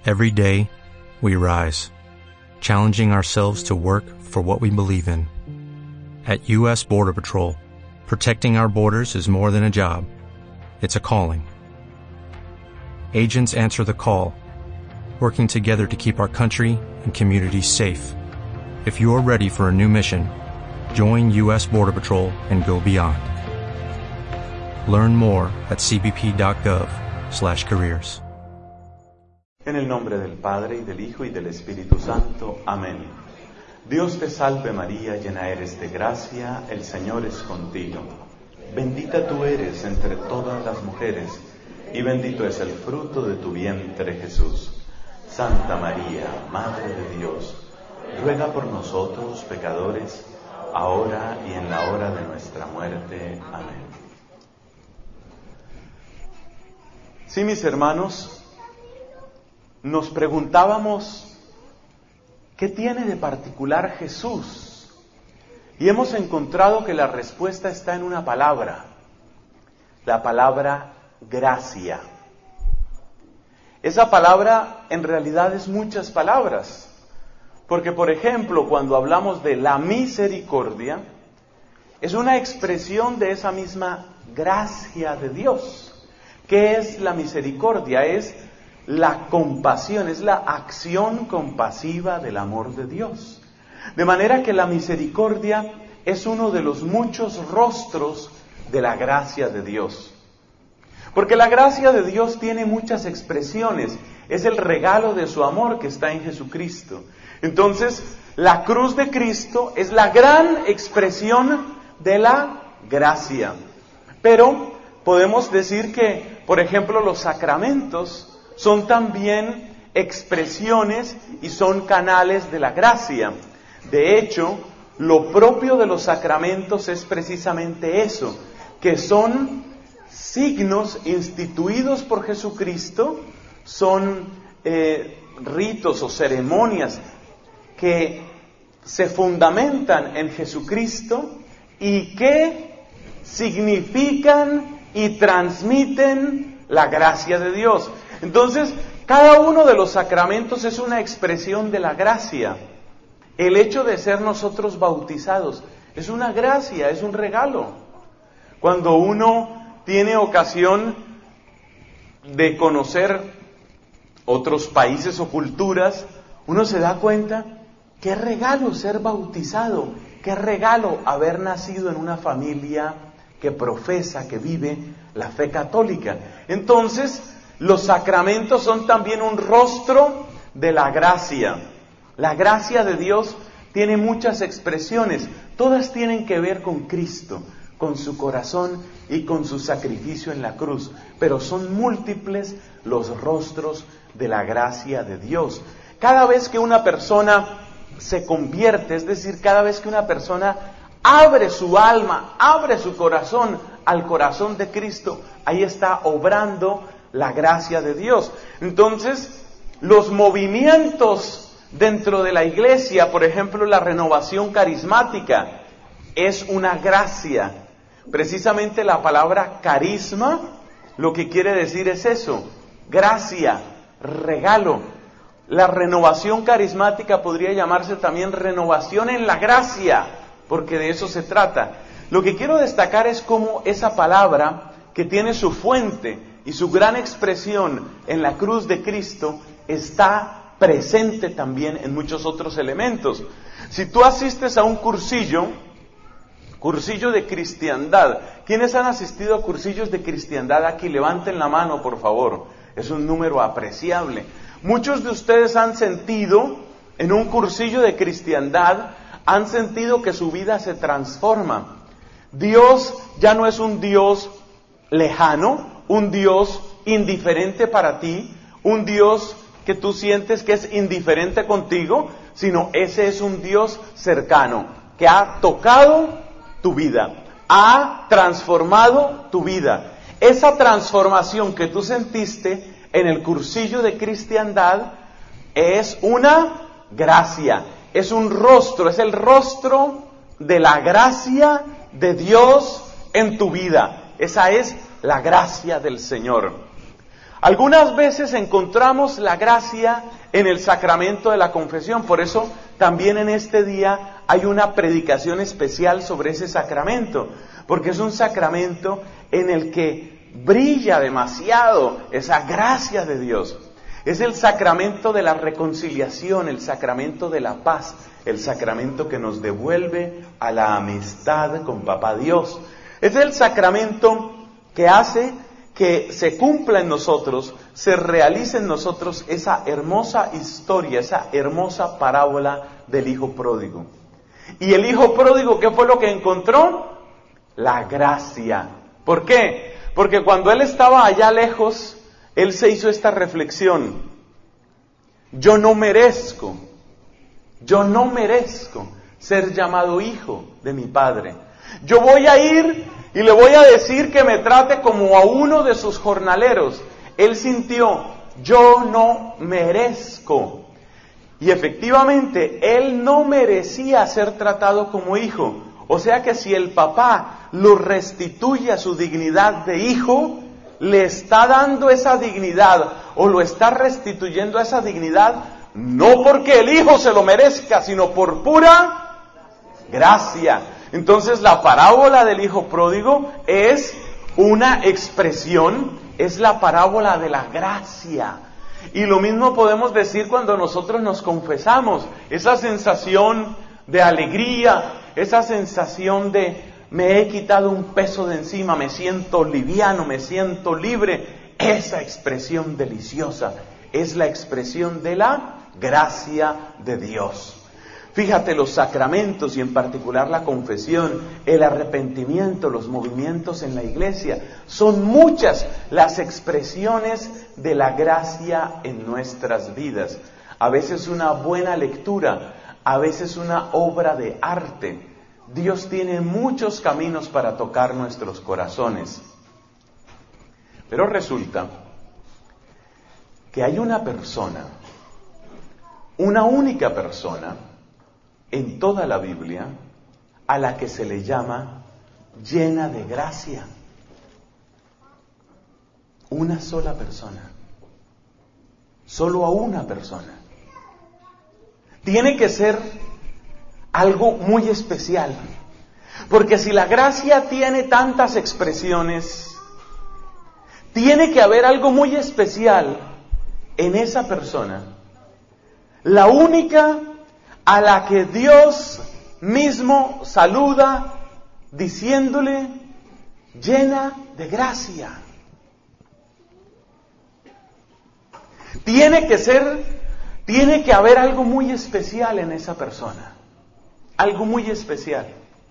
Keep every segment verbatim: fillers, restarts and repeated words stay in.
Every day, we rise, challenging ourselves to work for what we believe in. At U S Border Patrol, protecting our borders is more than a job. It's a calling. Agents answer the call, working together to keep our country and communities safe. If you are ready for a new mission, join U S Border Patrol and go beyond. Learn more at c b p dot gov slash careers. En el nombre del Padre, y del Hijo, y del Espíritu Santo. Amén. Dios te salve María, llena eres de gracia, el Señor es contigo. Bendita tú eres entre todas las mujeres, y bendito es el fruto de tu vientre Jesús. Santa María, Madre de Dios, ruega por nosotros pecadores, ahora y en la hora de nuestra muerte. Amén. Sí, mis hermanos, nos preguntábamos, ¿qué tiene de particular Jesús? Y hemos encontrado que la respuesta está en una palabra, la palabra gracia. Esa palabra en realidad es muchas palabras, porque por ejemplo, cuando hablamos de la misericordia, es una expresión de esa misma gracia de Dios. ¿Qué es la misericordia? Es la compasión, es la acción compasiva del amor de Dios. De manera que la misericordia es uno de los muchos rostros de la gracia de Dios. Porque la gracia de Dios tiene muchas expresiones. Es el regalo de su amor que está en Jesucristo. Entonces, la cruz de Cristo es la gran expresión de la gracia. Pero podemos decir que, por ejemplo, los sacramentos son también expresiones y son canales de la gracia. De hecho, lo propio de los sacramentos es precisamente eso, que son signos instituidos por Jesucristo, son eh, ritos o ceremonias que se fundamentan en Jesucristo y que significan y transmiten la gracia de Dios. Entonces, cada uno de los sacramentos es una expresión de la gracia. El hecho de ser nosotros bautizados es una gracia, es un regalo. Cuando uno tiene ocasión de conocer otros países o culturas, uno se da cuenta, qué regalo ser bautizado, qué regalo haber nacido en una familia que profesa, que vive la fe católica. Entonces, los sacramentos son también un rostro de la gracia. La gracia de Dios tiene muchas expresiones, todas tienen que ver con Cristo, con su corazón y con su sacrificio en la cruz, pero son múltiples los rostros de la gracia de Dios. Cada vez que una persona se convierte, es decir, cada vez que una persona abre su alma, abre su corazón al corazón de Cristo, ahí está obrando la gracia de Dios. Entonces, los movimientos dentro de la iglesia, por ejemplo, la renovación carismática, es una gracia. Precisamente la palabra carisma, lo que quiere decir es eso, gracia, regalo. La renovación carismática podría llamarse también renovación en la gracia, porque de eso se trata. Lo que quiero destacar es cómo esa palabra, que tiene su fuente y su gran expresión en la cruz de Cristo, está presente también en muchos otros elementos. Si tú asistes a un cursillo, cursillo de cristiandad, ¿quiénes han asistido a cursillos de cristiandad aquí? Levanten la mano, por favor. Es un número apreciable. Muchos de ustedes han sentido, en un cursillo de cristiandad, han sentido que su vida se transforma. Dios ya no es un Dios lejano, un Dios indiferente para ti, un Dios que tú sientes que es indiferente contigo, sino ese es un Dios cercano, que ha tocado tu vida, ha transformado tu vida. Esa transformación que tú sentiste en el cursillo de cristiandad es una gracia, es un rostro, es el rostro de la gracia de Dios en tu vida. Esa es la gracia del Señor. Algunas veces encontramos la gracia en el sacramento de la confesión, por eso también en este día hay una predicación especial sobre ese sacramento, porque es un sacramento en el que brilla demasiado esa gracia de Dios. Es el sacramento de la reconciliación, el sacramento de la paz, el sacramento que nos devuelve a la amistad con Papá Dios. Es el sacramento que hace que se cumpla en nosotros, se realice en nosotros esa hermosa historia, esa hermosa parábola del hijo pródigo. Y el hijo pródigo, ¿qué fue lo que encontró? La gracia. ¿Por qué? Porque cuando él estaba allá lejos, él se hizo esta reflexión: yo no merezco, yo no merezco ser llamado hijo de mi padre. Yo voy a ir y le voy a decir que me trate como a uno de sus jornaleros. Él sintió, yo no merezco. Y efectivamente, él no merecía ser tratado como hijo. O sea que si el papá lo restituye a su dignidad de hijo, le está dando esa dignidad o lo está restituyendo a esa dignidad, no porque el hijo se lo merezca, sino por pura gracia. Entonces la parábola del hijo pródigo es una expresión, es la parábola de la gracia. Y lo mismo podemos decir cuando nosotros nos confesamos, esa sensación de alegría, esa sensación de me he quitado un peso de encima, me siento liviano, me siento libre. Esa expresión deliciosa es la expresión de la gracia de Dios. Fíjate, los sacramentos y en particular la confesión, el arrepentimiento, los movimientos en la iglesia, son muchas las expresiones de la gracia en nuestras vidas. A veces una buena lectura, a veces una obra de arte. Dios tiene muchos caminos para tocar nuestros corazones. Pero resulta que hay una persona, una única persona, en toda la Biblia, a la que se le llama llena de gracia. Una sola persona. Solo a una persona. Tiene que ser algo muy especial. Porque si la gracia tiene tantas expresiones, tiene que haber algo muy especial en esa persona. La única a la que Dios mismo saluda diciéndole llena de gracia. Tiene que ser, tiene que haber algo muy especial en esa persona. Algo muy especial.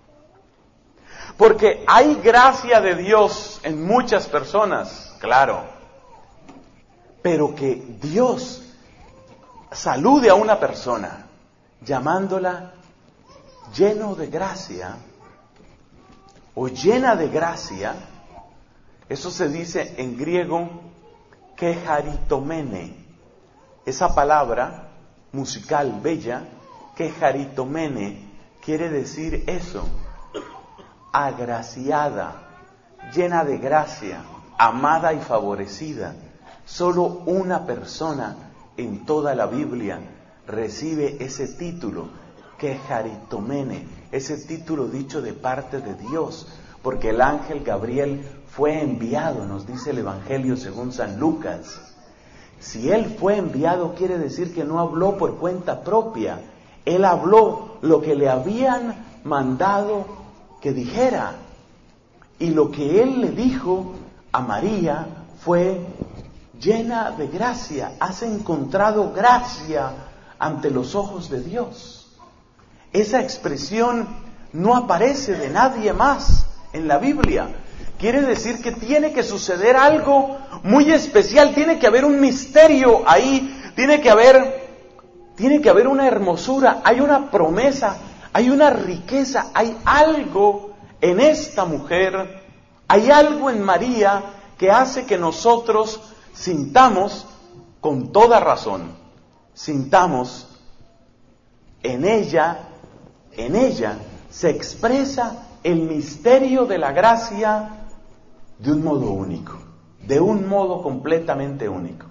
Porque hay gracia de Dios en muchas personas, claro. Pero que Dios salude a una persona llamándola lleno de gracia o llena de gracia, eso se dice en griego kecharitomene. Esa palabra musical bella, kecharitomene, quiere decir eso: agraciada, llena de gracia, amada y favorecida. Solo una persona en toda la Biblia recibe ese título, kecharitomene, ese título dicho de parte de Dios, porque el ángel Gabriel fue enviado, nos dice el Evangelio según San Lucas. Si él fue enviado, quiere decir que no habló por cuenta propia. Él habló lo que le habían mandado que dijera. Y lo que él le dijo a María fue: llena de gracia, has encontrado gracia ante los ojos de Dios. Esa expresión no aparece de nadie más en la Biblia. Quiere decir que tiene que suceder algo muy especial, tiene que haber un misterio ahí, tiene que haber, tiene que haber una hermosura, hay una promesa, hay una riqueza, hay algo en esta mujer, hay algo en María que hace que nosotros sintamos con toda razón, sintamos en ella, en ella se expresa el misterio de la gracia de un modo único. de un modo completamente único.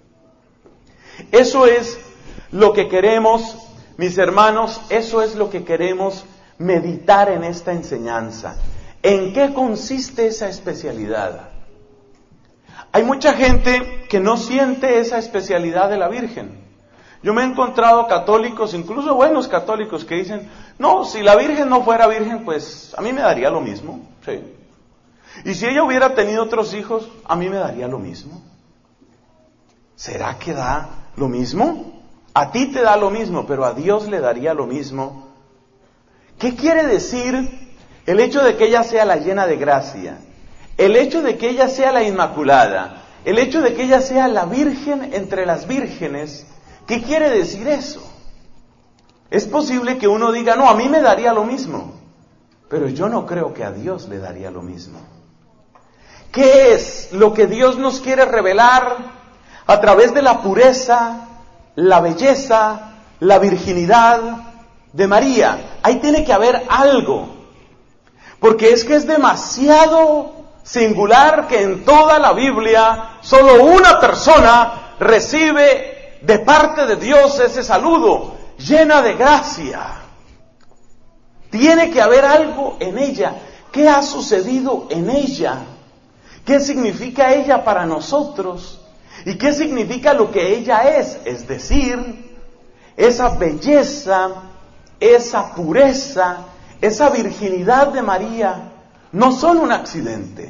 Eso es lo que queremos, mis hermanos, eso es lo que queremos meditar en esta enseñanza. ¿En qué consiste esa especialidad? Hay mucha gente que no siente esa especialidad de la Virgen. Yo me he encontrado católicos, incluso buenos católicos, que dicen, no, si la Virgen no fuera virgen, pues a mí me daría lo mismo. Sí. Y si ella hubiera tenido otros hijos, a mí me daría lo mismo. ¿Será que da lo mismo? A ti te da lo mismo, pero a Dios le daría lo mismo. ¿Qué quiere decir el hecho de que ella sea la llena de gracia? El hecho de que ella sea la inmaculada, el hecho de que ella sea la virgen entre las vírgenes, ¿qué quiere decir eso? Es posible que uno diga, no, a mí me daría lo mismo, pero yo no creo que a Dios le daría lo mismo. ¿Qué es lo que Dios nos quiere revelar a través de la pureza, la belleza, la virginidad de María? Ahí tiene que haber algo, porque es que es demasiado singular que en toda la Biblia solo una persona recibe de parte de Dios ese saludo, llena de gracia. Tiene que haber algo en ella. ¿Qué ha sucedido en ella? ¿Qué significa ella para nosotros? ¿Y qué significa lo que ella es? Es decir, esa belleza, esa pureza, esa virginidad de María no son un accidente.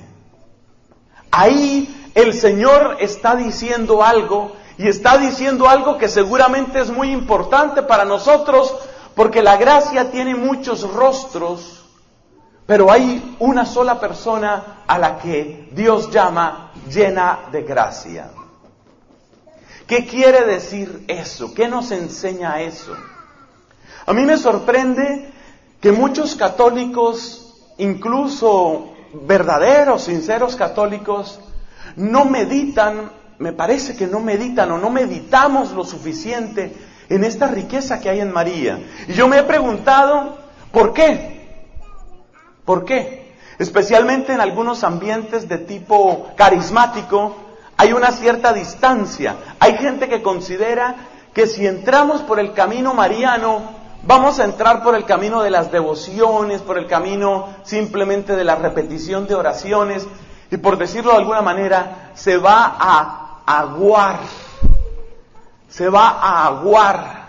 Ahí el Señor está diciendo algo, y está diciendo algo que seguramente es muy importante para nosotros, porque la gracia tiene muchos rostros, pero hay una sola persona a la que Dios llama llena de gracia. ¿Qué quiere decir eso? ¿Qué nos enseña eso? A mí me sorprende que muchos católicos, incluso verdaderos, sinceros católicos, no meditan, me parece que no meditan o no meditamos lo suficiente en esta riqueza que hay en María. Y yo me he preguntado, ¿por qué? ¿Por qué? Especialmente en algunos ambientes de tipo carismático, hay una cierta distancia. Hay gente que considera que si entramos por el camino mariano, vamos a entrar por el camino de las devociones, por el camino simplemente de la repetición de oraciones, y por decirlo de alguna manera, se va a aguar, se va a aguar,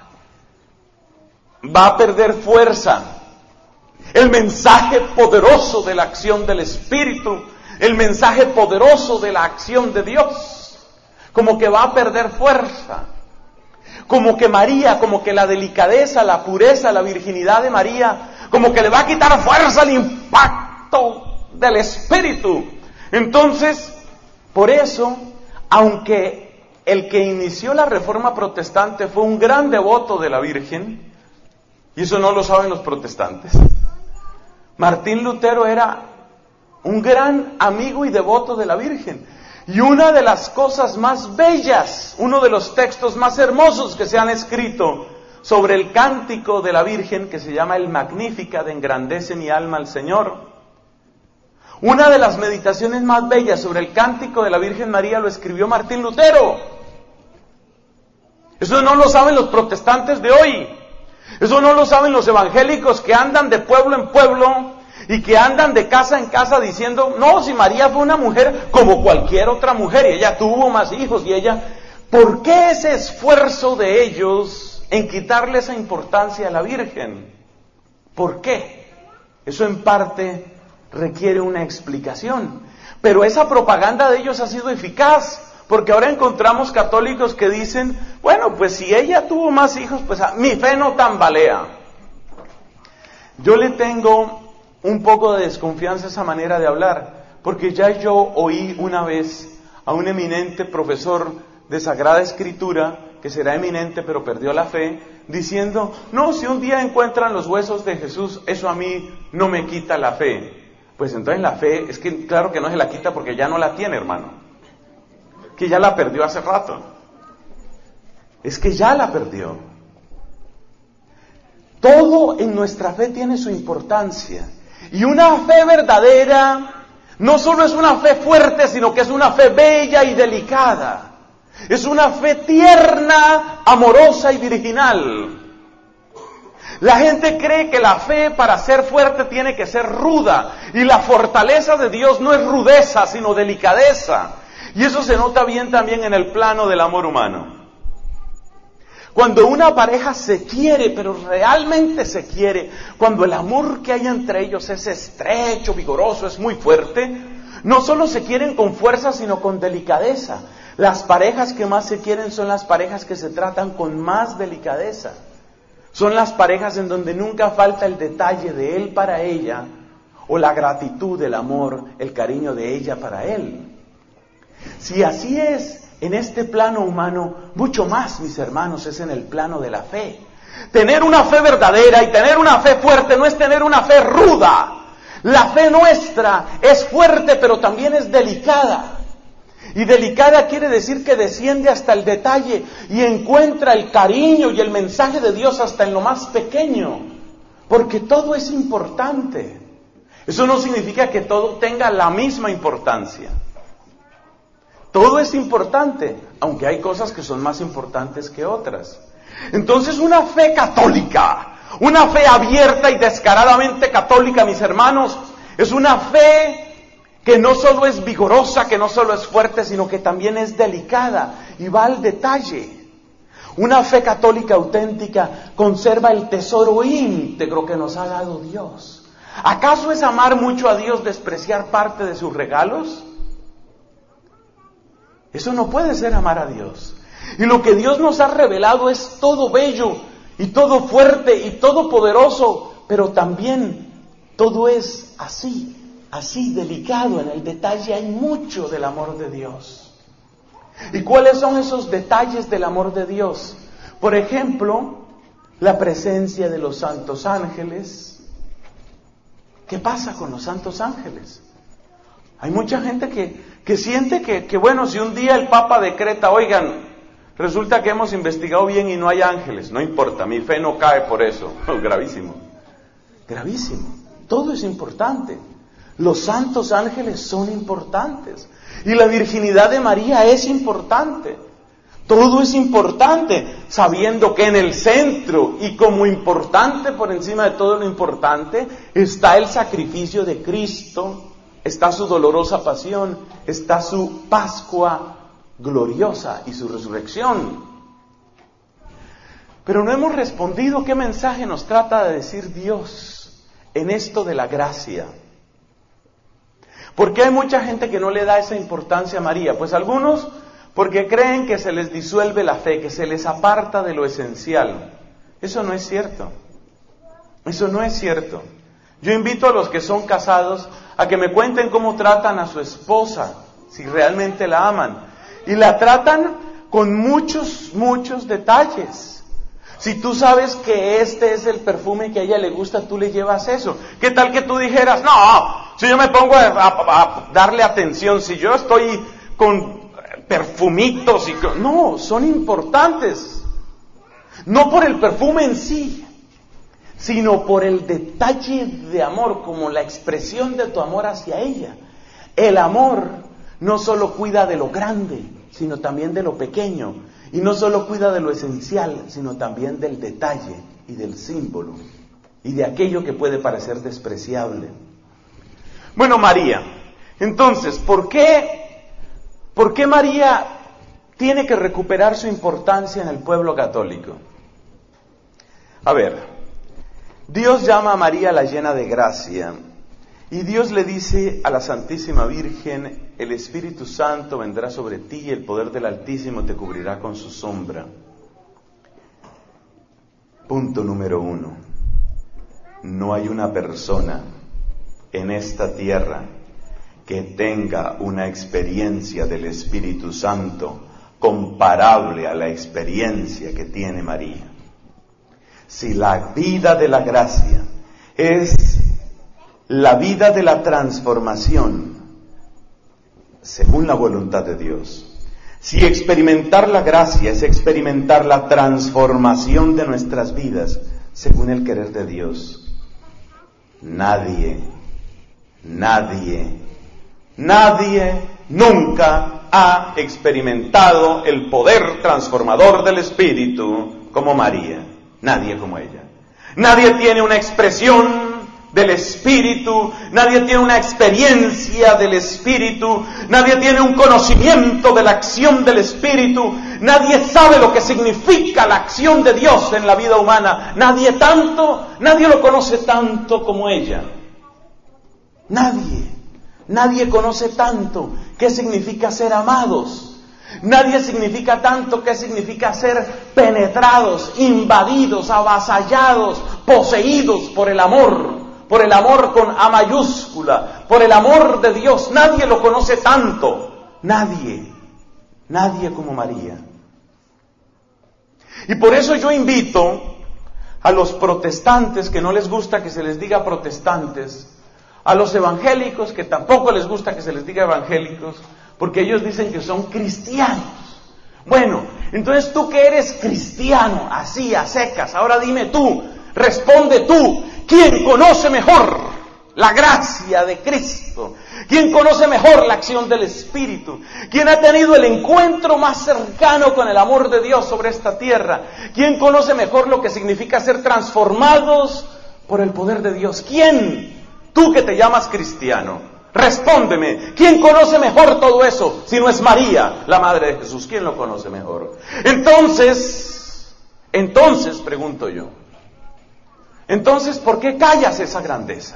va a perder fuerza. El mensaje poderoso de la acción del Espíritu, el mensaje poderoso de la acción de Dios, como que va a perder fuerza. Como que María, como que la delicadeza, la pureza, la virginidad de María, como que le va a quitar fuerza al impacto del Espíritu. Entonces, por eso, aunque el que inició la Reforma Protestante fue un gran devoto de la Virgen, y eso no lo saben los protestantes, Martín Lutero era un gran amigo y devoto de la Virgen. Y una de las cosas más bellas, uno de los textos más hermosos que se han escrito sobre el cántico de la Virgen, que se llama el Magnificat, de engrandece mi alma al Señor. Una de las meditaciones más bellas sobre el cántico de la Virgen María lo escribió Martín Lutero. Eso no lo saben los protestantes de hoy. Eso no lo saben los evangélicos que andan de pueblo en pueblo y que andan de casa en casa diciendo, no, si María fue una mujer como cualquier otra mujer y ella tuvo más hijos y ella... ¿Por qué ese esfuerzo de ellos en quitarle esa importancia a la Virgen? ¿Por qué? Eso en parte requiere una explicación. Pero esa propaganda de ellos ha sido eficaz, porque ahora encontramos católicos que dicen, bueno, pues si ella tuvo más hijos, pues mi fe no tambalea. Yo le tengo un poco de desconfianza a esa manera de hablar, porque ya yo oí una vez a un eminente profesor de Sagrada Escritura, que será eminente pero perdió la fe, diciendo, no, si un día encuentran los huesos de Jesús, eso a mí no me quita la fe. Pues entonces la fe, es que claro que no se la quita porque ya no la tiene, hermano, que ya la perdió hace rato, es que ya la perdió. Todo en nuestra fe tiene su importancia. Y una fe verdadera No solo es una fe fuerte, sino que es una fe bella y delicada. Es una fe tierna, amorosa y virginal. La gente cree que la fe para ser fuerte tiene que ser ruda. Y la fortaleza de Dios no es rudeza, sino delicadeza. Y eso se nota bien también en el plano del amor humano. Cuando una pareja se quiere, pero realmente se quiere, cuando el amor que hay entre ellos es estrecho, vigoroso, es muy fuerte, no solo se quieren con fuerza, sino con delicadeza. Las parejas que más se quieren son las parejas que se tratan con más delicadeza. Son las parejas en donde nunca falta el detalle de él para ella, o la gratitud, el amor, el cariño de ella para él. Si así es en este plano humano, mucho más, mis hermanos, es en el plano de la fe. Tener una fe verdadera y tener una fe fuerte no es tener una fe ruda. La fe nuestra es fuerte, pero también es delicada. Y delicada quiere decir que desciende hasta el detalle y encuentra el cariño y el mensaje de Dios hasta en lo más pequeño. Porque todo es importante. Eso no significa que todo tenga la misma importancia. Todo es importante, aunque hay cosas que son más importantes que otras. Entonces, una fe católica, una fe abierta y descaradamente católica, mis hermanos, es una fe que no solo es vigorosa, que no solo es fuerte, sino que también es delicada y va al detalle. Una fe católica auténtica conserva el tesoro íntegro que nos ha dado Dios. ¿Acaso es amar mucho a Dios despreciar parte de sus regalos? Eso no puede ser amar a Dios. Y lo que Dios nos ha revelado es todo bello y todo fuerte y todo poderoso, pero también todo es así. Así, delicado, en el detalle hay mucho del amor de Dios. ¿Y cuáles son esos detalles del amor de Dios? Por ejemplo, la presencia de los santos ángeles. ¿Qué pasa con los santos ángeles? Hay mucha gente que, que siente que, que, bueno, si un día el Papa decreta, oigan, resulta que hemos investigado bien y no hay ángeles, no importa, mi fe no cae por eso. Gravísimo, gravísimo. Todo es importante. Los santos ángeles son importantes. Y la virginidad de María es importante. Todo es importante, sabiendo que en el centro y como importante por encima de todo lo importante está el sacrificio de Cristo, está su dolorosa pasión, está su Pascua gloriosa y su resurrección. Pero no hemos respondido qué mensaje nos trata de decir Dios en esto de la gracia. ¿Por qué hay mucha gente que no le da esa importancia a María? Pues algunos porque creen que se les disuelve la fe, que se les aparta de lo esencial. Eso no es cierto. Eso no es cierto. Yo invito a los que son casados a que me cuenten cómo tratan a su esposa, si realmente la aman. Y la tratan con muchos, muchos detalles. Si tú sabes que este es el perfume que a ella le gusta, tú le llevas eso. ¿Qué tal que tú dijeras, no, si yo me pongo a, a, a darle atención, si yo estoy con perfumitos y con... No, son importantes. No por el perfume en sí, sino por el detalle de amor, como la expresión de tu amor hacia ella. El amor no solo cuida de lo grande, sino también de lo pequeño. Y no solo cuida de lo esencial, sino también del detalle y del símbolo. Y de aquello que puede parecer despreciable. Bueno, María. Entonces, ¿por qué, por qué María tiene que recuperar su importancia en el pueblo católico? A ver, Dios llama a María la llena de gracia. Y Dios le dice a la Santísima Virgen, el Espíritu Santo vendrá sobre ti y el poder del Altísimo te cubrirá con su sombra. Punto número uno. No hay una persona en esta tierra que tenga una experiencia del Espíritu Santo comparable a la experiencia que tiene María. Si la vida de la gracia es la vida de la transformación, según la voluntad de Dios, si experimentar la gracia es experimentar la transformación de nuestras vidas, según el querer de Dios, nadie, nadie Nadie nunca ha experimentado el poder transformador del Espíritu como María. Nadie como ella. Nadie tiene una expresión del Espíritu, nadie tiene una experiencia del Espíritu, nadie tiene un conocimiento de la acción del Espíritu, nadie sabe lo que significa la acción de Dios en la vida humana, nadie tanto, nadie lo conoce tanto como ella. Nadie, nadie conoce tanto qué significa ser amados. Nadie significa tanto qué significa ser penetrados, invadidos, avasallados, poseídos por el amor. Por el amor con A mayúscula, por el amor de Dios. Nadie lo conoce tanto. Nadie. Nadie como María. Y por eso yo invito a los protestantes, que no les gusta que se les diga protestantes, a los evangélicos, que tampoco les gusta que se les diga evangélicos, porque ellos dicen que son cristianos. Bueno, entonces tú que eres cristiano, así a secas, ahora dime tú, responde tú, ¿quién conoce mejor la gracia de Cristo? ¿Quién conoce mejor la acción del Espíritu? ¿Quién ha tenido el encuentro más cercano con el amor de Dios sobre esta tierra? ¿Quién conoce mejor lo que significa ser transformados por el poder de Dios? ¿Quién? Tú que te llamas cristiano, respóndeme, ¿quién conoce mejor todo eso? Si no es María, la Madre de Jesús, ¿quién lo conoce mejor? Entonces, entonces pregunto yo, entonces, ¿por qué callas esa grandeza?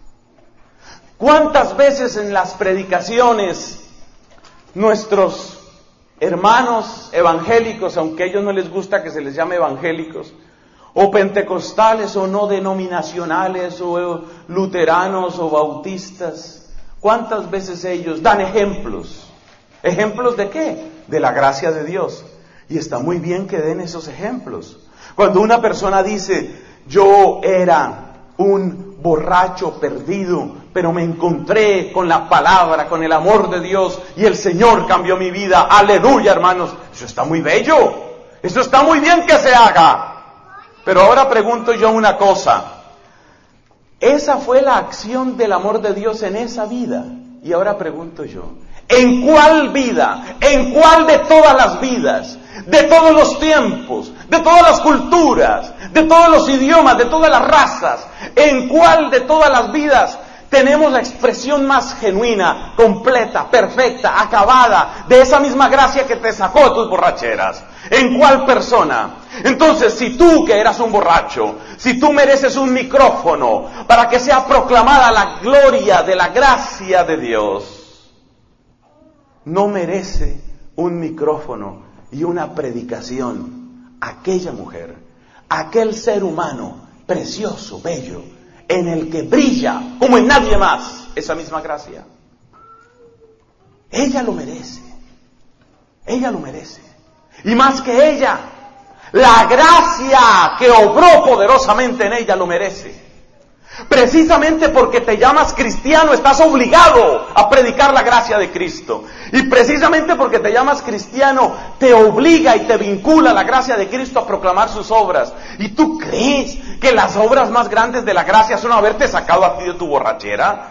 ¿Cuántas veces en las predicaciones nuestros hermanos evangélicos, aunque a ellos no les gusta que se les llame evangélicos, o pentecostales, o no denominacionales, o luteranos, o bautistas, cuántas veces ellos dan ejemplos? ¿Ejemplos de qué? De la gracia de Dios. Y está muy bien que den esos ejemplos. Cuando una persona dice, yo era un borracho perdido, pero me encontré con la palabra, con el amor de Dios, y el Señor cambió mi vida. Aleluya, hermanos. Eso está muy bello. Eso está muy bien que se haga. Pero ahora pregunto yo una cosa. Esa fue la acción del amor de Dios en esa vida. Y ahora pregunto yo, ¿en cuál vida? ¿En cuál de todas las vidas? De todos los tiempos, de todas las culturas, de todos los idiomas, de todas las razas, ¿en cuál de todas las vidas tenemos la expresión más genuina, completa, perfecta, acabada, de esa misma gracia que te sacó de tus borracheras? ¿En cuál persona? Entonces, si tú que eras un borracho, si tú mereces un micrófono para que sea proclamada la gloria de la gracia de Dios, no merece un micrófono y una predicación aquella mujer, aquel ser humano precioso, bello, en el que brilla como en nadie más esa misma gracia. Ella lo merece, ella lo merece, y más que ella, la gracia que obró poderosamente en ella lo merece. Precisamente porque te llamas cristiano estás obligado a predicar la gracia de Cristo. Y precisamente porque te llamas cristiano te obliga y te vincula la gracia de Cristo a proclamar sus obras. ¿Y tú crees que las obras más grandes de la gracia son haberte sacado a ti de tu borrachera?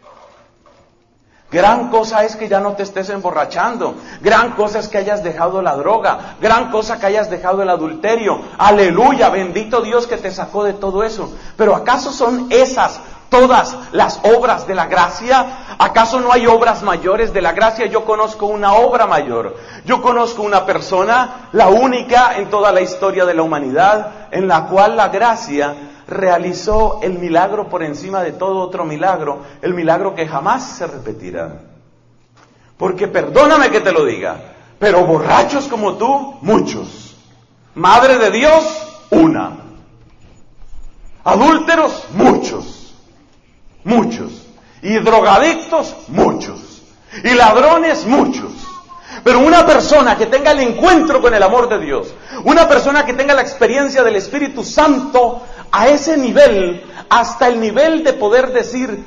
Gran cosa es que ya no te estés emborrachando. Gran cosa es que hayas dejado la droga. Gran cosa que hayas dejado el adulterio. Aleluya, bendito Dios que te sacó de todo eso. Pero ¿acaso son esas todas las obras de la gracia? ¿Acaso no hay obras mayores de la gracia? Yo conozco una obra mayor. Yo conozco una persona, la única en toda la historia de la humanidad, en la cual la gracia realizó el milagro por encima de todo otro milagro, el milagro que jamás se repetirá. Porque perdóname que te lo diga, pero borrachos como tú, muchos. Madre de Dios, una. Adúlteros, muchos. Muchos. Y drogadictos, muchos. Y ladrones, muchos. Pero una persona que tenga el encuentro con el amor de Dios, una persona que tenga la experiencia del Espíritu Santo a ese nivel, hasta el nivel de poder decir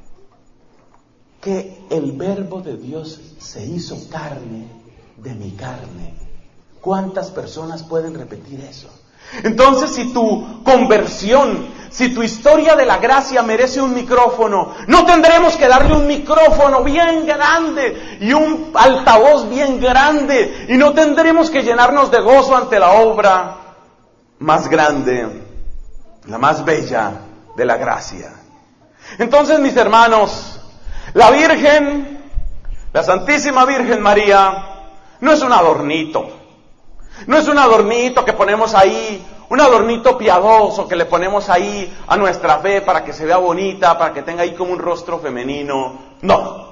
que el verbo de Dios se hizo carne de mi carne. ¿Cuántas personas pueden repetir eso? Entonces, si tu conversión, si tu historia de la gracia merece un micrófono, no tendremos que darle un micrófono bien grande y un altavoz bien grande, y no tendremos que llenarnos de gozo ante la obra más grande, la más bella de la gracia. Entonces, mis hermanos, la Virgen, la Santísima Virgen María, no es un adornito. No es un adornito que ponemos ahí, un adornito piadoso que le ponemos ahí a nuestra fe para que se vea bonita, para que tenga ahí como un rostro femenino. No.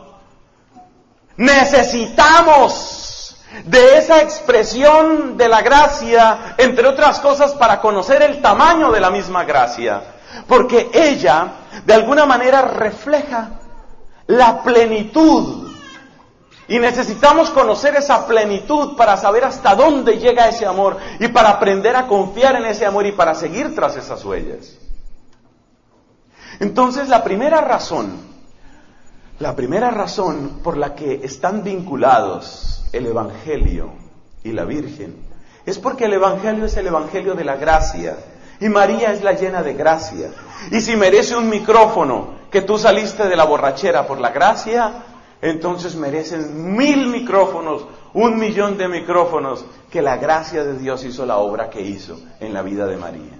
Necesitamos de esa expresión de la gracia, entre otras cosas, para conocer el tamaño de la misma gracia. Porque ella, de alguna manera, refleja la plenitud. Y necesitamos conocer esa plenitud para saber hasta dónde llega ese amor y para aprender a confiar en ese amor y para seguir tras esas huellas. Entonces, la primera razón, la primera razón por la que están vinculados el Evangelio y la Virgen es porque el Evangelio es el Evangelio de la gracia y María es la llena de gracia. Y si merece un micrófono que tú saliste de la borrachera por la gracia, entonces merecen mil micrófonos, un millón de micrófonos, que la gracia de Dios hizo la obra que hizo en la vida de María.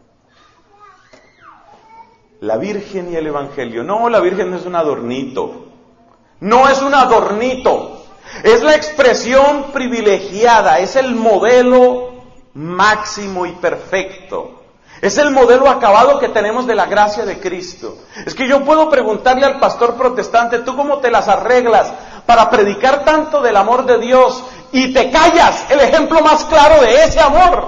La Virgen y el Evangelio. No, la Virgen no es un adornito. No es un adornito. Es la expresión privilegiada, es el modelo máximo y perfecto. Es el modelo acabado que tenemos de la gracia de Cristo. Es que yo puedo preguntarle al pastor protestante, ¿tú cómo te las arreglas para predicar tanto del amor de Dios y te callas el ejemplo más claro de ese amor?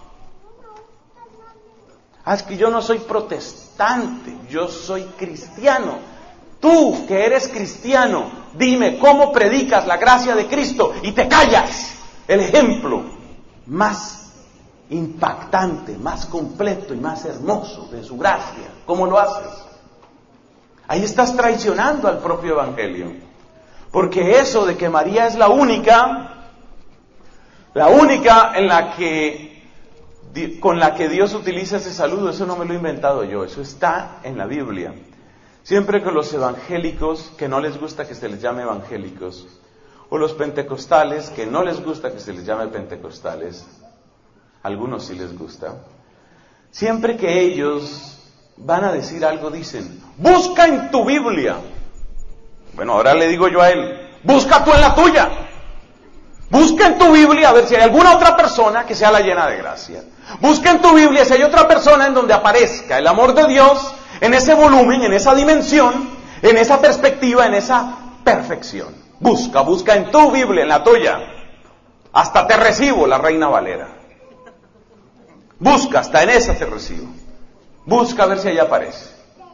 Ah, es que yo no soy protestante, yo soy cristiano. Tú que eres cristiano, dime cómo predicas la gracia de Cristo y te callas el ejemplo más impactante, más completo y más hermoso de su gracia. ¿Cómo lo haces? Ahí estás traicionando al propio Evangelio. Porque eso de que María es la única, la única en la que, con la que Dios utiliza ese saludo, eso no me lo he inventado yo, eso está en la Biblia. Siempre que los evangélicos, que no les gusta que se les llame evangélicos, o los pentecostales, que no les gusta que se les llame pentecostales, algunos sí les gusta, siempre que ellos van a decir algo dicen, busca en tu Biblia. Bueno, ahora le digo yo a él, busca tú en la tuya. Busca en tu Biblia a ver si hay alguna otra persona que sea la llena de gracia. Busca en tu Biblia si hay otra persona en donde aparezca el amor de Dios en ese volumen, en esa dimensión, en esa perspectiva, en esa perfección. Busca, busca en tu Biblia, en la tuya. Hasta te recibo, la Reina Valera. Busca, hasta en esa te recibo. Busca a ver si allá aparece.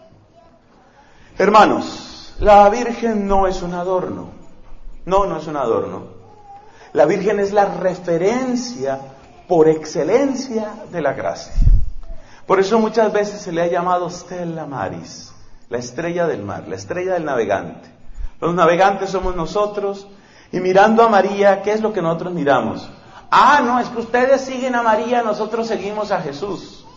Hermanos, la Virgen no es un adorno. No, no es un adorno. La Virgen es la referencia por excelencia de la gracia. Por eso muchas veces se le ha llamado Stella Maris, la estrella del mar, la estrella del navegante. Los navegantes somos nosotros, y mirando a María, ¿qué es lo que nosotros miramos? Ah, no, es que ustedes siguen a María, nosotros seguimos a Jesús.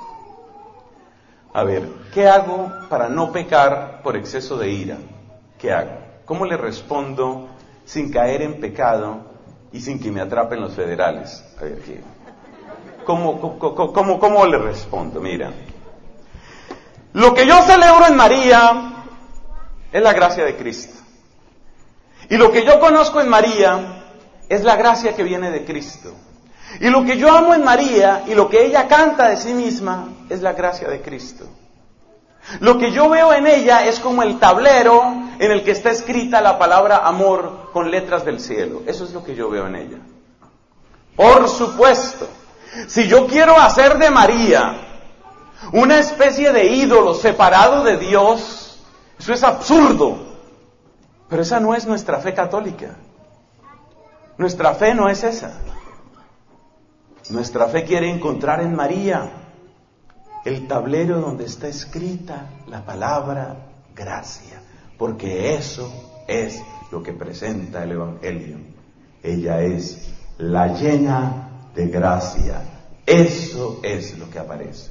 A ver, ¿qué hago para no pecar por exceso de ira? ¿Qué hago? ¿Cómo le respondo sin caer en pecado y sin que me atrapen los federales? A ver, ¿qué? ¿Cómo, cómo, cómo, cómo le respondo? Mira, lo que yo celebro en María es la gracia de Cristo. Y lo que yo conozco en María es la gracia que viene de Cristo. Y lo que yo amo en María y lo que ella canta de sí misma es la gracia de Cristo. Lo que yo veo en ella es como el tablero en el que está escrita la palabra amor con letras del cielo. Eso es lo que yo veo en ella. Por supuesto, si yo quiero hacer de María una especie de ídolo separado de Dios, eso es absurdo. Pero esa no es nuestra fe católica. Nuestra fe no es esa. Nuestra fe quiere encontrar en María el tablero donde está escrita la palabra gracia, porque eso es lo que presenta el Evangelio. Ella es la llena de gracia, Eso es lo que aparece.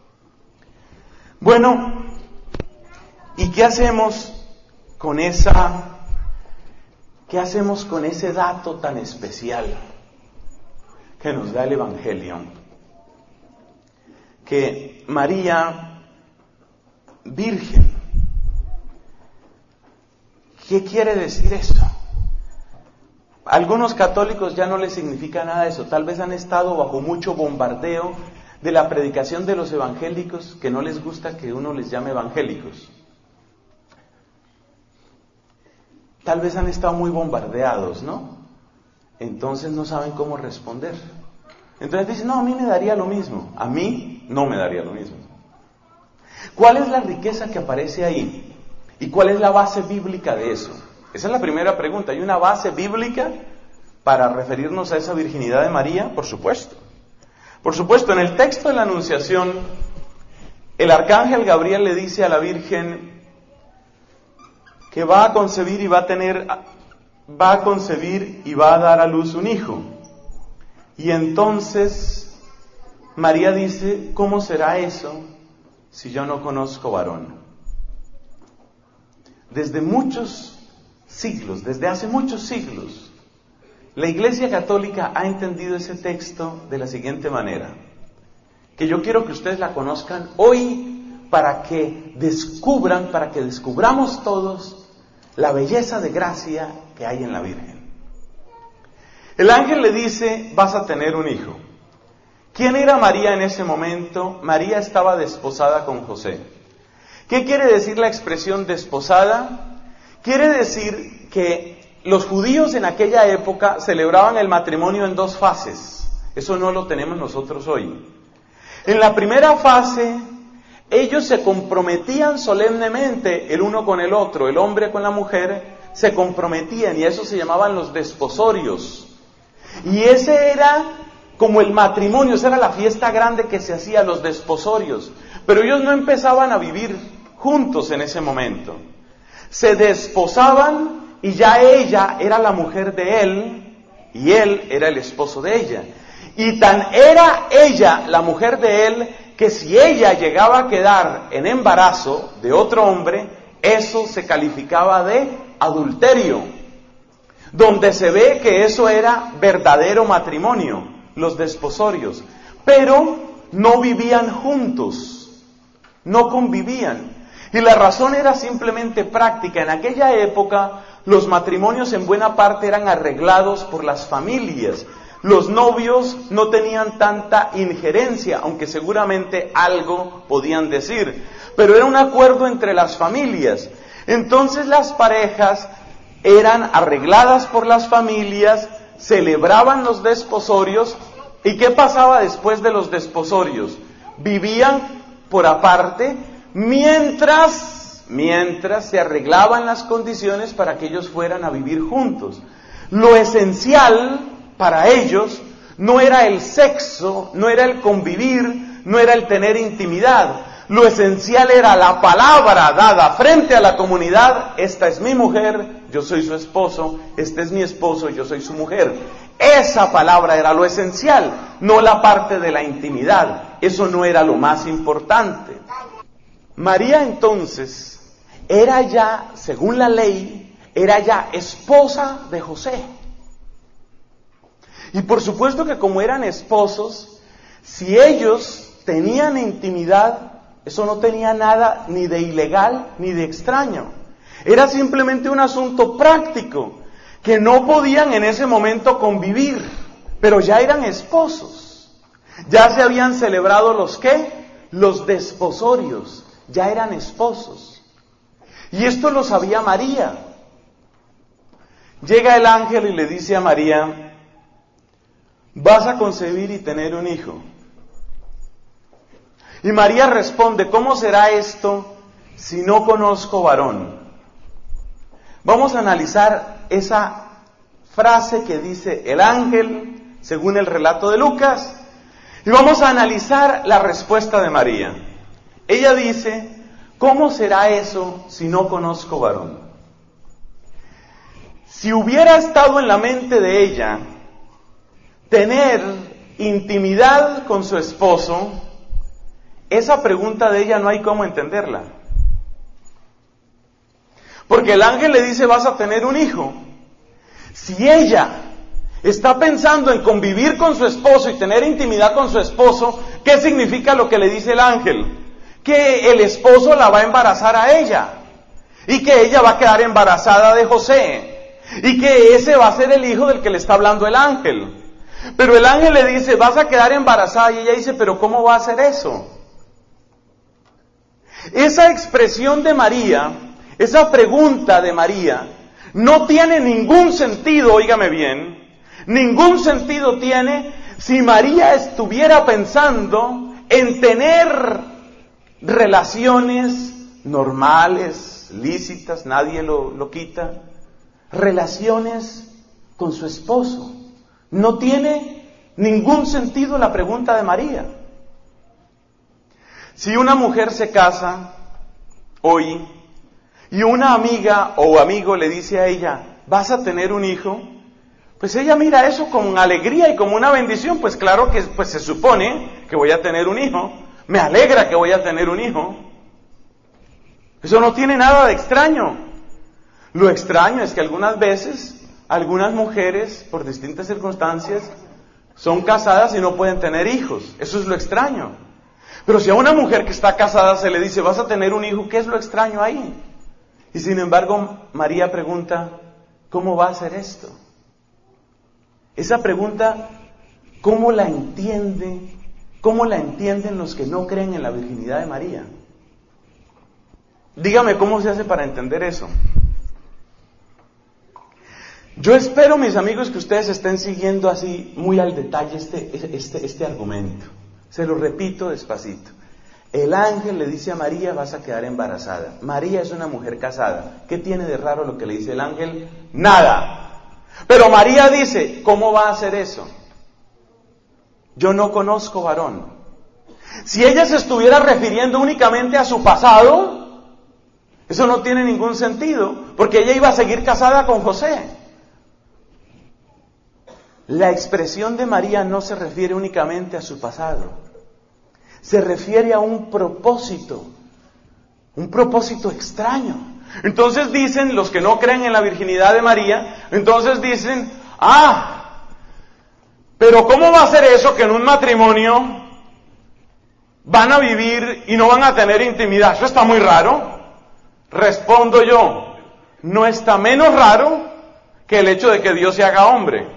Bueno, ¿y qué hacemos con esa, qué hacemos con ese dato tan especial que nos da el Evangelio? Que María, virgen. ¿Qué quiere decir eso? A algunos católicos ya no les significa nada eso. Tal vez han estado bajo mucho bombardeo de la predicación de los evangélicos, que no les gusta que uno les llame evangélicos. Tal vez han estado muy bombardeados, ¿no? Entonces no saben cómo responder. Entonces dicen, no, a mí me daría lo mismo. A mí no me daría lo mismo. ¿Cuál es la riqueza que aparece ahí? ¿Y cuál es la base bíblica de eso? Esa es la primera pregunta. ¿Hay una base bíblica para referirnos a esa virginidad de María? Por supuesto. Por supuesto, en el texto de la Anunciación, el arcángel Gabriel le dice a la Virgen que va a concebir y va a tener, va a concebir y va a dar a luz un hijo. Y entonces María dice, ¿cómo será eso si yo no conozco varón? Desde muchos siglos, desde hace muchos siglos, la Iglesia Católica ha entendido ese texto de la siguiente manera, que yo quiero que ustedes la conozcan hoy para que descubran, para que descubramos todos la belleza de gracia que hay en la Virgen. El ángel le dice, vas a tener un hijo. ¿Quién era María en ese momento? María estaba desposada con José. ¿Qué quiere decir la expresión desposada? Quiere decir que los judíos en aquella época celebraban el matrimonio en dos fases. Eso no lo tenemos nosotros hoy. En la primera fase, ellos se comprometían solemnemente el uno con el otro, el hombre con la mujer, se comprometían y eso se llamaban los desposorios. Y ese era como el matrimonio, esa era la fiesta grande que se hacía, los desposorios. Pero ellos no empezaban a vivir juntos en ese momento. Se desposaban y ya ella era la mujer de él y él era el esposo de ella. Y tan era ella la mujer de él que si ella llegaba a quedar en embarazo de otro hombre, eso se calificaba de adulterio, donde se ve que eso era verdadero matrimonio, los desposorios. Pero no vivían juntos, no convivían. Y la razón era simplemente práctica. En aquella época los matrimonios en buena parte eran arreglados por las familias. Los novios no tenían tanta injerencia, aunque seguramente algo podían decir. Pero era un acuerdo entre las familias. Entonces las parejas eran arregladas por las familias, celebraban los desposorios. ¿Y qué pasaba después de los desposorios? Vivían por aparte, Mientras, mientras se arreglaban las condiciones para que ellos fueran a vivir juntos. Lo esencial para ellos no era el sexo, no era el convivir, no era el tener intimidad. Lo esencial era la palabra dada frente a la comunidad, esta es mi mujer, yo soy su esposo, este es mi esposo, yo soy su mujer. Esa palabra era lo esencial, no la parte de la intimidad. Eso no era lo más importante. María entonces era ya, según la ley, era ya esposa de José. Y por supuesto que como eran esposos, si ellos tenían intimidad, eso no tenía nada ni de ilegal ni de extraño. Era simplemente un asunto práctico, que no podían en ese momento convivir, pero ya eran esposos. Ya se habían celebrado los ¿qué? Los desposorios. Ya eran esposos. Y esto lo sabía María. Llega el ángel y le dice a María, vas a concebir y tener un hijo. Y María responde, ¿cómo será esto si no conozco varón? Vamos a analizar esa frase que dice el ángel, según el relato de Lucas, y vamos a analizar la respuesta de María. Ella dice, ¿cómo será eso si no conozco varón? Si hubiera estado en la mente de ella tener intimidad con su esposo, esa pregunta de ella no hay cómo entenderla. Porque el ángel le dice, vas a tener un hijo. Si ella está pensando en convivir con su esposo y tener intimidad con su esposo, ¿qué significa lo que le dice el ángel? Que el esposo la va a embarazar a ella, y que ella va a quedar embarazada de José, y que ese va a ser el hijo del que le está hablando el ángel. Pero el ángel le dice, vas a quedar embarazada, y ella dice, pero ¿cómo va a ser eso? Esa expresión de María, esa pregunta de María, no tiene ningún sentido, óigame bien, ningún sentido tiene si María estuviera pensando en tener relaciones normales, lícitas, nadie lo, lo quita, relaciones con su esposo. No tiene ningún sentido la pregunta de María. Si una mujer se casa hoy y una amiga o amigo le dice a ella, vas a tener un hijo, pues ella mira eso con alegría y como una bendición. Pues claro que pues se supone que voy a tener un hijo, me alegra que voy a tener un hijo. Eso no tiene nada de extraño. Lo extraño es que algunas veces, algunas mujeres, por distintas circunstancias, son casadas y no pueden tener hijos. Eso es lo extraño. Pero si a una mujer que está casada se le dice, vas a tener un hijo, ¿qué es lo extraño ahí? Y sin embargo, María pregunta, ¿cómo va a ser esto? Esa pregunta, ¿cómo la entiende? ¿Cómo la entienden los que no creen en la virginidad de María? Dígame, ¿cómo se hace para entender eso? Yo espero, mis amigos, que ustedes estén siguiendo así muy al detalle este, este, este argumento. Se lo repito despacito. El ángel le dice a María, vas a quedar embarazada. María es una mujer casada. ¿Qué tiene de raro lo que le dice el ángel? Nada. Pero María dice, ¿cómo va a hacer eso? Yo no conozco varón. Si ella se estuviera refiriendo únicamente a su pasado, eso no tiene ningún sentido, porque ella iba a seguir casada con José. La expresión de María no se refiere únicamente a su pasado, se refiere a un propósito, un propósito extraño. Entonces dicen, los que no creen en la virginidad de María, entonces dicen, ah, pero ¿cómo va a ser eso que en un matrimonio van a vivir y no van a tener intimidad? Eso está muy raro. Respondo yo, no está menos raro que el hecho de que Dios se haga hombre.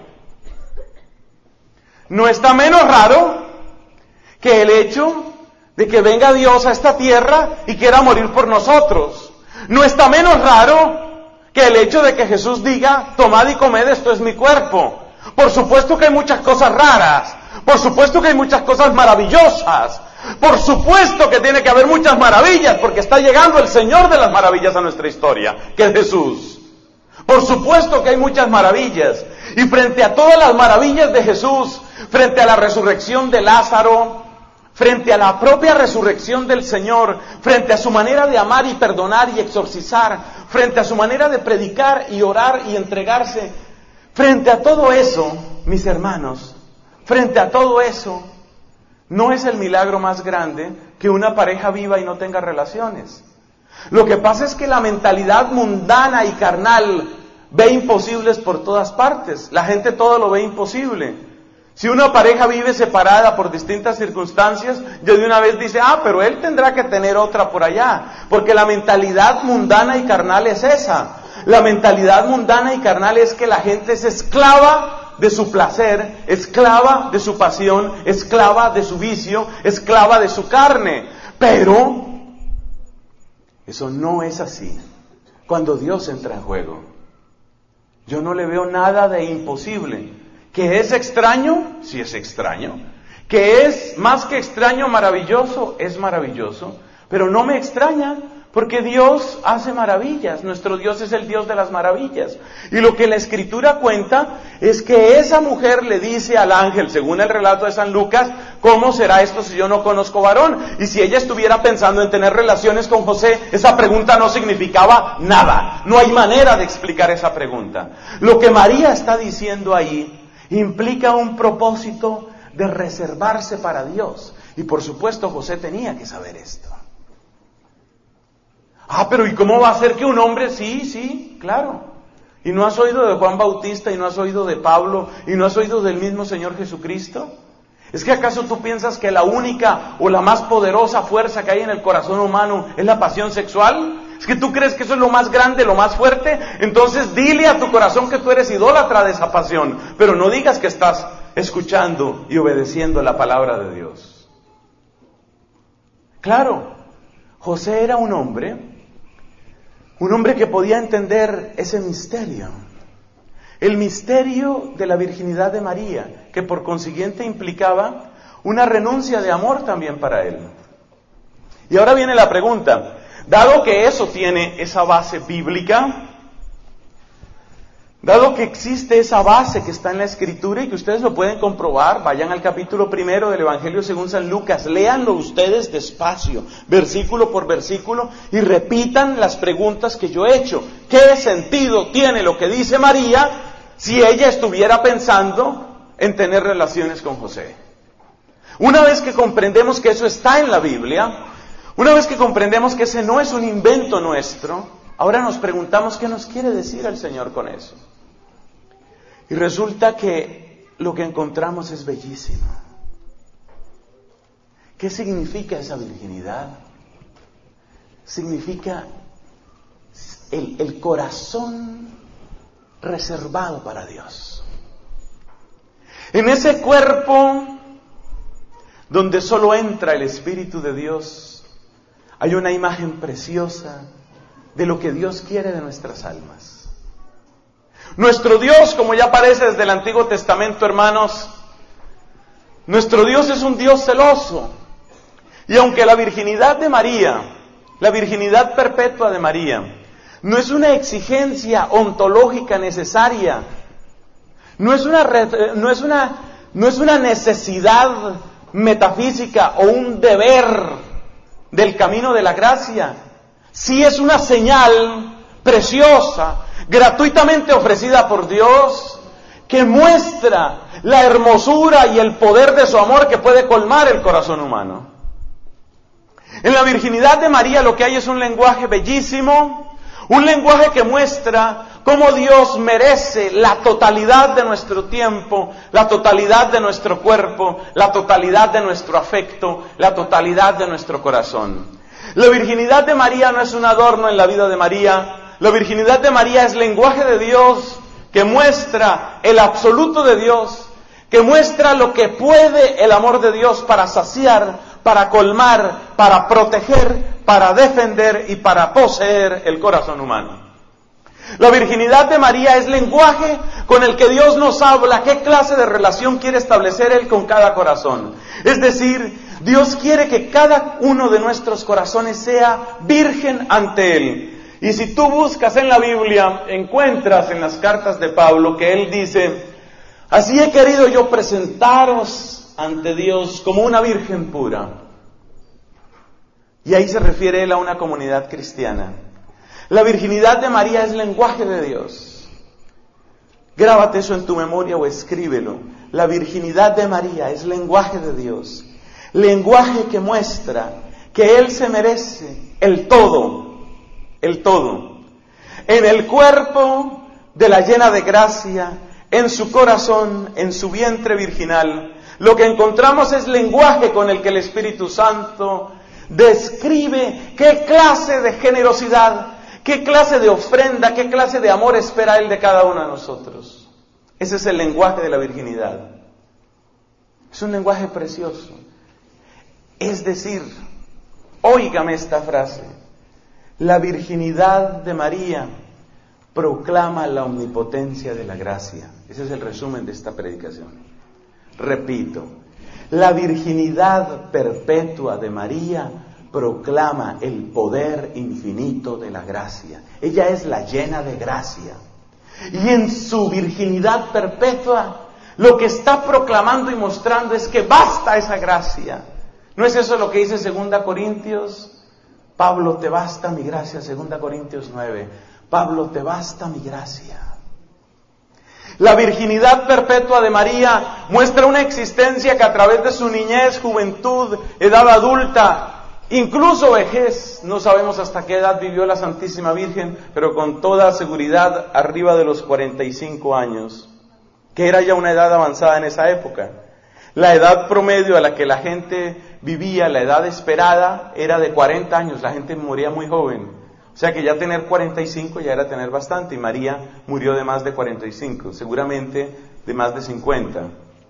No está menos raro que el hecho de que venga Dios a esta tierra y quiera morir por nosotros. No está menos raro que el hecho de que Jesús diga, tomad y comed, esto es mi cuerpo. Por supuesto que hay muchas cosas raras, por supuesto que hay muchas cosas maravillosas, por supuesto que tiene que haber muchas maravillas, porque está llegando el Señor de las maravillas a nuestra historia, que es Jesús. Por supuesto que hay muchas maravillas, y frente a todas las maravillas de Jesús, frente a la resurrección de Lázaro, frente a la propia resurrección del Señor, frente a su manera de amar y perdonar y exorcizar, frente a su manera de predicar y orar y entregarse, frente a todo eso, mis hermanos, frente a todo eso, no es el milagro más grande que una pareja viva y no tenga relaciones. Lo que pasa es que la mentalidad mundana y carnal ve imposibles por todas partes. La gente todo lo ve imposible. Si una pareja vive separada por distintas circunstancias, ya de una vez dice, ah, pero él tendrá que tener otra por allá, porque la mentalidad mundana y carnal es esa. La mentalidad mundana y carnal es que la gente es esclava de su placer, esclava de su pasión, esclava de su vicio, esclava de su carne. Pero eso no es así cuando Dios entra en juego. Yo no le veo nada de imposible. ¿Que es extraño? Sí es extraño. ¿Que es más que extraño maravilloso? Es maravilloso. Pero no me extraña, porque Dios hace maravillas. Nuestro Dios es el Dios de las maravillas. Y lo que la Escritura cuenta es que esa mujer le dice al ángel, según el relato de San Lucas, ¿cómo será esto si yo no conozco varón? Y si ella estuviera pensando en tener relaciones con José, esa pregunta no significaba nada. No hay manera de explicar esa pregunta. Lo que María está diciendo ahí implica un propósito de reservarse para Dios. Y por supuesto José tenía que saber esto. Ah, pero ¿y cómo va a ser que un hombre? Sí, sí, claro. ¿Y no has oído de Juan Bautista, y no has oído de Pablo, y no has oído del mismo Señor Jesucristo? ¿Es que acaso tú piensas que la única o la más poderosa fuerza que hay en el corazón humano es la pasión sexual? ¿Es que tú crees que eso es lo más grande, lo más fuerte? Entonces dile a tu corazón que tú eres idólatra de esa pasión, pero no digas que estás escuchando y obedeciendo la palabra de Dios. Claro, José era un hombre, un hombre que podía entender ese misterio, el misterio de la virginidad de María, que por consiguiente implicaba una renuncia de amor también para él. Y ahora viene la pregunta, dado que eso tiene esa base bíblica, dado que existe esa base que está en la Escritura y que ustedes lo pueden comprobar, vayan al capítulo primero del Evangelio según San Lucas, léanlo ustedes despacio, versículo por versículo, y repitan las preguntas que yo he hecho. ¿Qué sentido tiene lo que dice María si ella estuviera pensando en tener relaciones con José? Una vez que comprendemos que eso está en la Biblia, una vez que comprendemos que ese no es un invento nuestro, ahora nos preguntamos qué nos quiere decir el Señor con eso. Y resulta que lo que encontramos es bellísimo. ¿Qué significa esa virginidad? Significa el, el corazón reservado para Dios. En ese cuerpo donde solo entra el Espíritu de Dios, hay una imagen preciosa de lo que Dios quiere de nuestras almas. Nuestro Dios, como ya aparece desde el Antiguo Testamento, hermanos, nuestro Dios es un Dios celoso. Y aunque la virginidad de María, la virginidad perpetua de María, no es una exigencia ontológica necesaria, no es una, no es una, no es una necesidad metafísica o un deber del camino de la gracia, sí es una señal preciosa, gratuitamente ofrecida por Dios, que muestra la hermosura y el poder de su amor que puede colmar el corazón humano. En la virginidad de María lo que hay es un lenguaje bellísimo, un lenguaje que muestra cómo Dios merece la totalidad de nuestro tiempo, la totalidad de nuestro cuerpo, la totalidad de nuestro afecto, la totalidad de nuestro corazón. La virginidad de María no es un adorno en la vida de María. La virginidad de María es lenguaje de Dios que muestra el absoluto de Dios, que muestra lo que puede el amor de Dios para saciar, para colmar, para proteger, para defender y para poseer el corazón humano. La virginidad de María es lenguaje con el que Dios nos habla qué clase de relación quiere establecer Él con cada corazón. Es decir, Dios quiere que cada uno de nuestros corazones sea virgen ante Él. Y si tú buscas en la Biblia, encuentras en las cartas de Pablo que él dice, así he querido yo presentaros ante Dios como una virgen pura. Y ahí se refiere él a una comunidad cristiana. La virginidad de María es lenguaje de Dios. Grábate eso en tu memoria o escríbelo. La virginidad de María es lenguaje de Dios. Lenguaje que muestra que Él se merece el todo. El todo. En el cuerpo de la llena de gracia, en su corazón, en su vientre virginal, lo que encontramos es lenguaje con el que el Espíritu Santo describe qué clase de generosidad, qué clase de ofrenda, qué clase de amor espera Él de cada uno de nosotros. Ese es el lenguaje de la virginidad. Es un lenguaje precioso. Es decir, óigame esta frase. La virginidad de María proclama la omnipotencia de la gracia. Ese es el resumen de esta predicación. Repito, la virginidad perpetua de María proclama el poder infinito de la gracia. Ella es la llena de gracia. Y en su virginidad perpetua, lo que está proclamando y mostrando es que basta esa gracia. ¿No es eso lo que dice segunda Corintios? Pablo, te basta mi gracia, segunda Corintios nueve. Pablo, te basta mi gracia. La virginidad perpetua de María muestra una existencia que a través de su niñez, juventud, edad adulta, incluso vejez, no sabemos hasta qué edad vivió la Santísima Virgen, pero con toda seguridad arriba de los cuarenta y cinco años, que era ya una edad avanzada en esa época. La edad promedio a la que la gente vivía, la edad esperada, era de cuarenta años, la gente moría muy joven. O sea que ya tener cuarenta y cinco ya era tener bastante, y María murió de más de cuarenta y cinco, seguramente de más de cincuenta.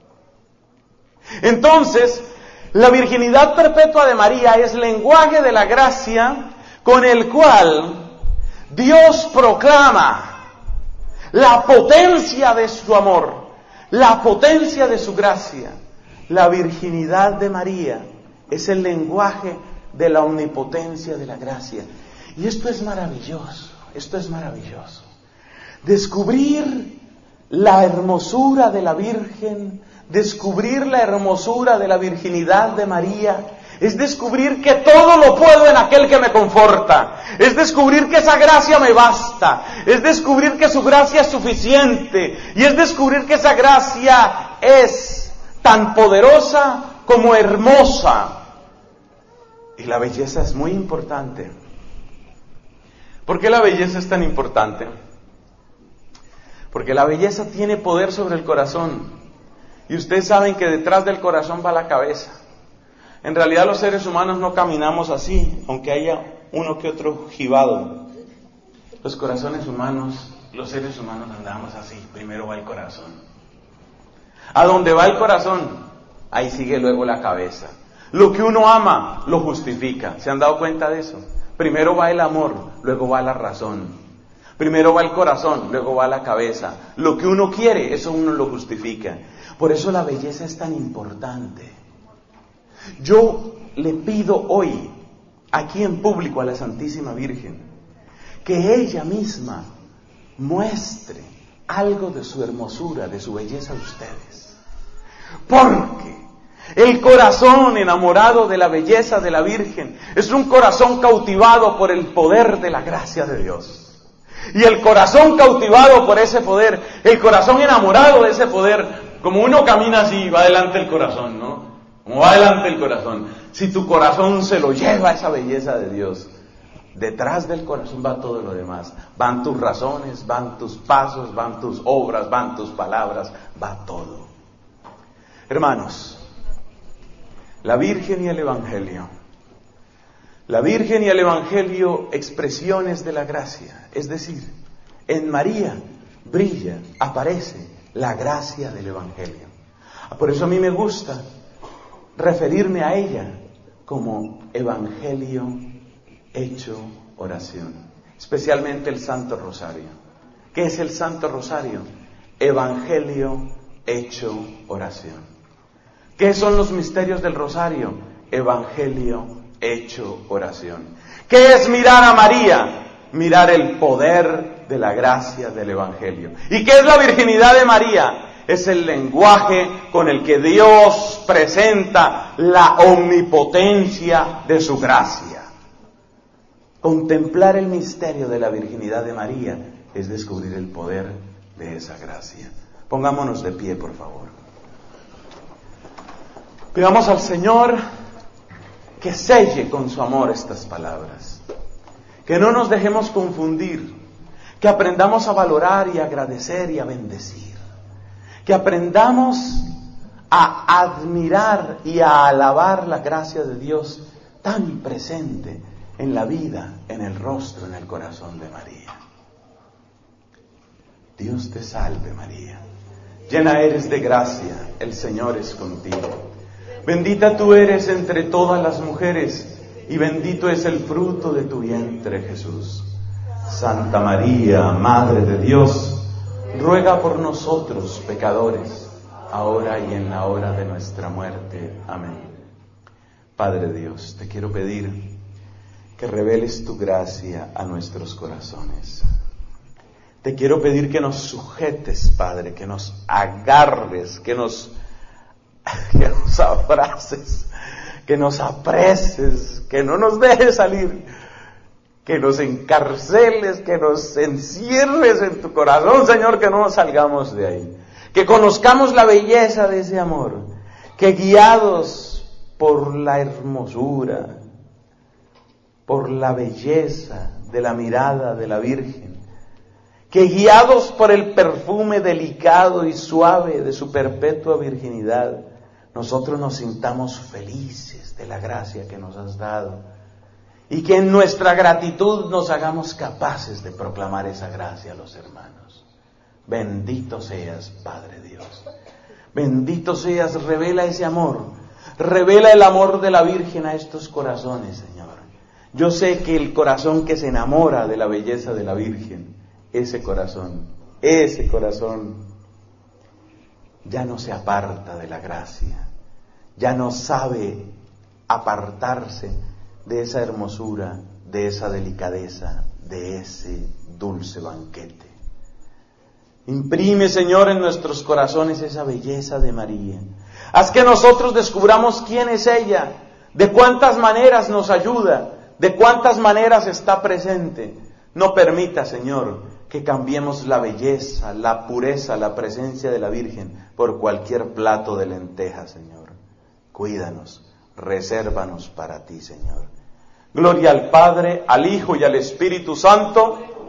Entonces, la virginidad perpetua de María es lenguaje de la gracia con el cual Dios proclama la potencia de su amor, la potencia de su gracia. La virginidad de María es el lenguaje de la omnipotencia de la gracia. Y esto es maravilloso, esto es maravilloso. Descubrir la hermosura de la Virgen, descubrir la hermosura de la virginidad de María, es descubrir que todo lo puedo en aquel que me conforta, es descubrir que esa gracia me basta, es descubrir que su gracia es suficiente, y es descubrir que esa gracia es tan poderosa como hermosa. Y la belleza es muy importante. ¿Por qué la belleza es tan importante? Porque la belleza tiene poder sobre el corazón. Y ustedes saben que detrás del corazón va la cabeza. En realidad los seres humanos no caminamos así, aunque haya uno que otro jibado. Los corazones humanos, los seres humanos andamos así. Primero va el corazón. A donde va el corazón, ahí sigue luego la cabeza. Lo que uno ama, lo justifica. ¿Se han dado cuenta de eso? Primero va el amor, luego va la razón. Primero va el corazón, luego va la cabeza. Lo que uno quiere, eso uno lo justifica. Por eso la belleza es tan importante. Yo le pido hoy, aquí en público, a la Santísima Virgen, que ella misma muestre algo de su hermosura, de su belleza a ustedes. Porque el corazón enamorado de la belleza de la Virgen es un corazón cautivado por el poder de la gracia de Dios. Y el corazón cautivado por ese poder, el corazón enamorado de ese poder, como uno camina así, va adelante el corazón, ¿no? Como va adelante el corazón. Si tu corazón se lo lleva esa belleza de Dios, detrás del corazón va todo lo demás. Van tus razones, van tus pasos, van tus obras, van tus palabras, va todo. Hermanos, la Virgen y el Evangelio. La Virgen y el Evangelio, expresiones de la gracia. Es decir, en María brilla, aparece la gracia del Evangelio. Por eso a mí me gusta referirme a ella como Evangelio hecho oración. Especialmente el Santo Rosario. ¿Qué es el Santo Rosario? Evangelio hecho oración. ¿Qué son los misterios del Rosario? Evangelio hecho oración. ¿Qué es mirar a María? Mirar el poder de la gracia del Evangelio. ¿Y qué es la virginidad de María? Es el lenguaje con el que Dios presenta la omnipotencia de su gracia. Contemplar el misterio de la virginidad de María es descubrir el poder de esa gracia. Pongámonos de pie, por favor. Pidamos al Señor que selle con su amor estas palabras, que no nos dejemos confundir, que aprendamos a valorar y agradecer y a bendecir, que aprendamos a admirar y a alabar la gracia de Dios tan presente en la vida, en el rostro, en el corazón de María. Dios te salve, María, llena eres de gracia, el Señor es contigo. Bendita tú eres entre todas las mujeres, y bendito es el fruto de tu vientre, Jesús. Santa María, Madre de Dios, ruega por nosotros, pecadores, ahora y en la hora de nuestra muerte. Amén. Padre Dios, te quiero pedir que reveles tu gracia a nuestros corazones. Te quiero pedir que nos sujetes, Padre, que nos agarres, que nos que nos abraces, que nos apreces, que no nos dejes salir, que nos encarceles, que nos encierres en tu corazón, Señor, que no nos salgamos de ahí. Que conozcamos la belleza de ese amor, que guiados por la hermosura, por la belleza de la mirada de la Virgen, que guiados por el perfume delicado y suave de su perpetua virginidad, nosotros nos sintamos felices de la gracia que nos has dado, y que en nuestra gratitud nos hagamos capaces de proclamar esa gracia a los hermanos. Bendito seas, Padre Dios. Bendito seas, revela ese amor. Revela el amor de la Virgen a estos corazones, Señor. Yo sé que el corazón que se enamora de la belleza de la Virgen, ese corazón, ese corazón ya no se aparta de la gracia, ya no sabe apartarse de esa hermosura, de esa delicadeza, de ese dulce banquete. Imprime, Señor, en nuestros corazones esa belleza de María. Haz que nosotros descubramos quién es ella, de cuántas maneras nos ayuda, de cuántas maneras está presente. No permita, Señor, que cambiemos la belleza, la pureza, la presencia de la Virgen por cualquier plato de lentejas, Señor. Cuídanos, resérvanos para ti, Señor. Gloria al Padre, al Hijo y al Espíritu Santo,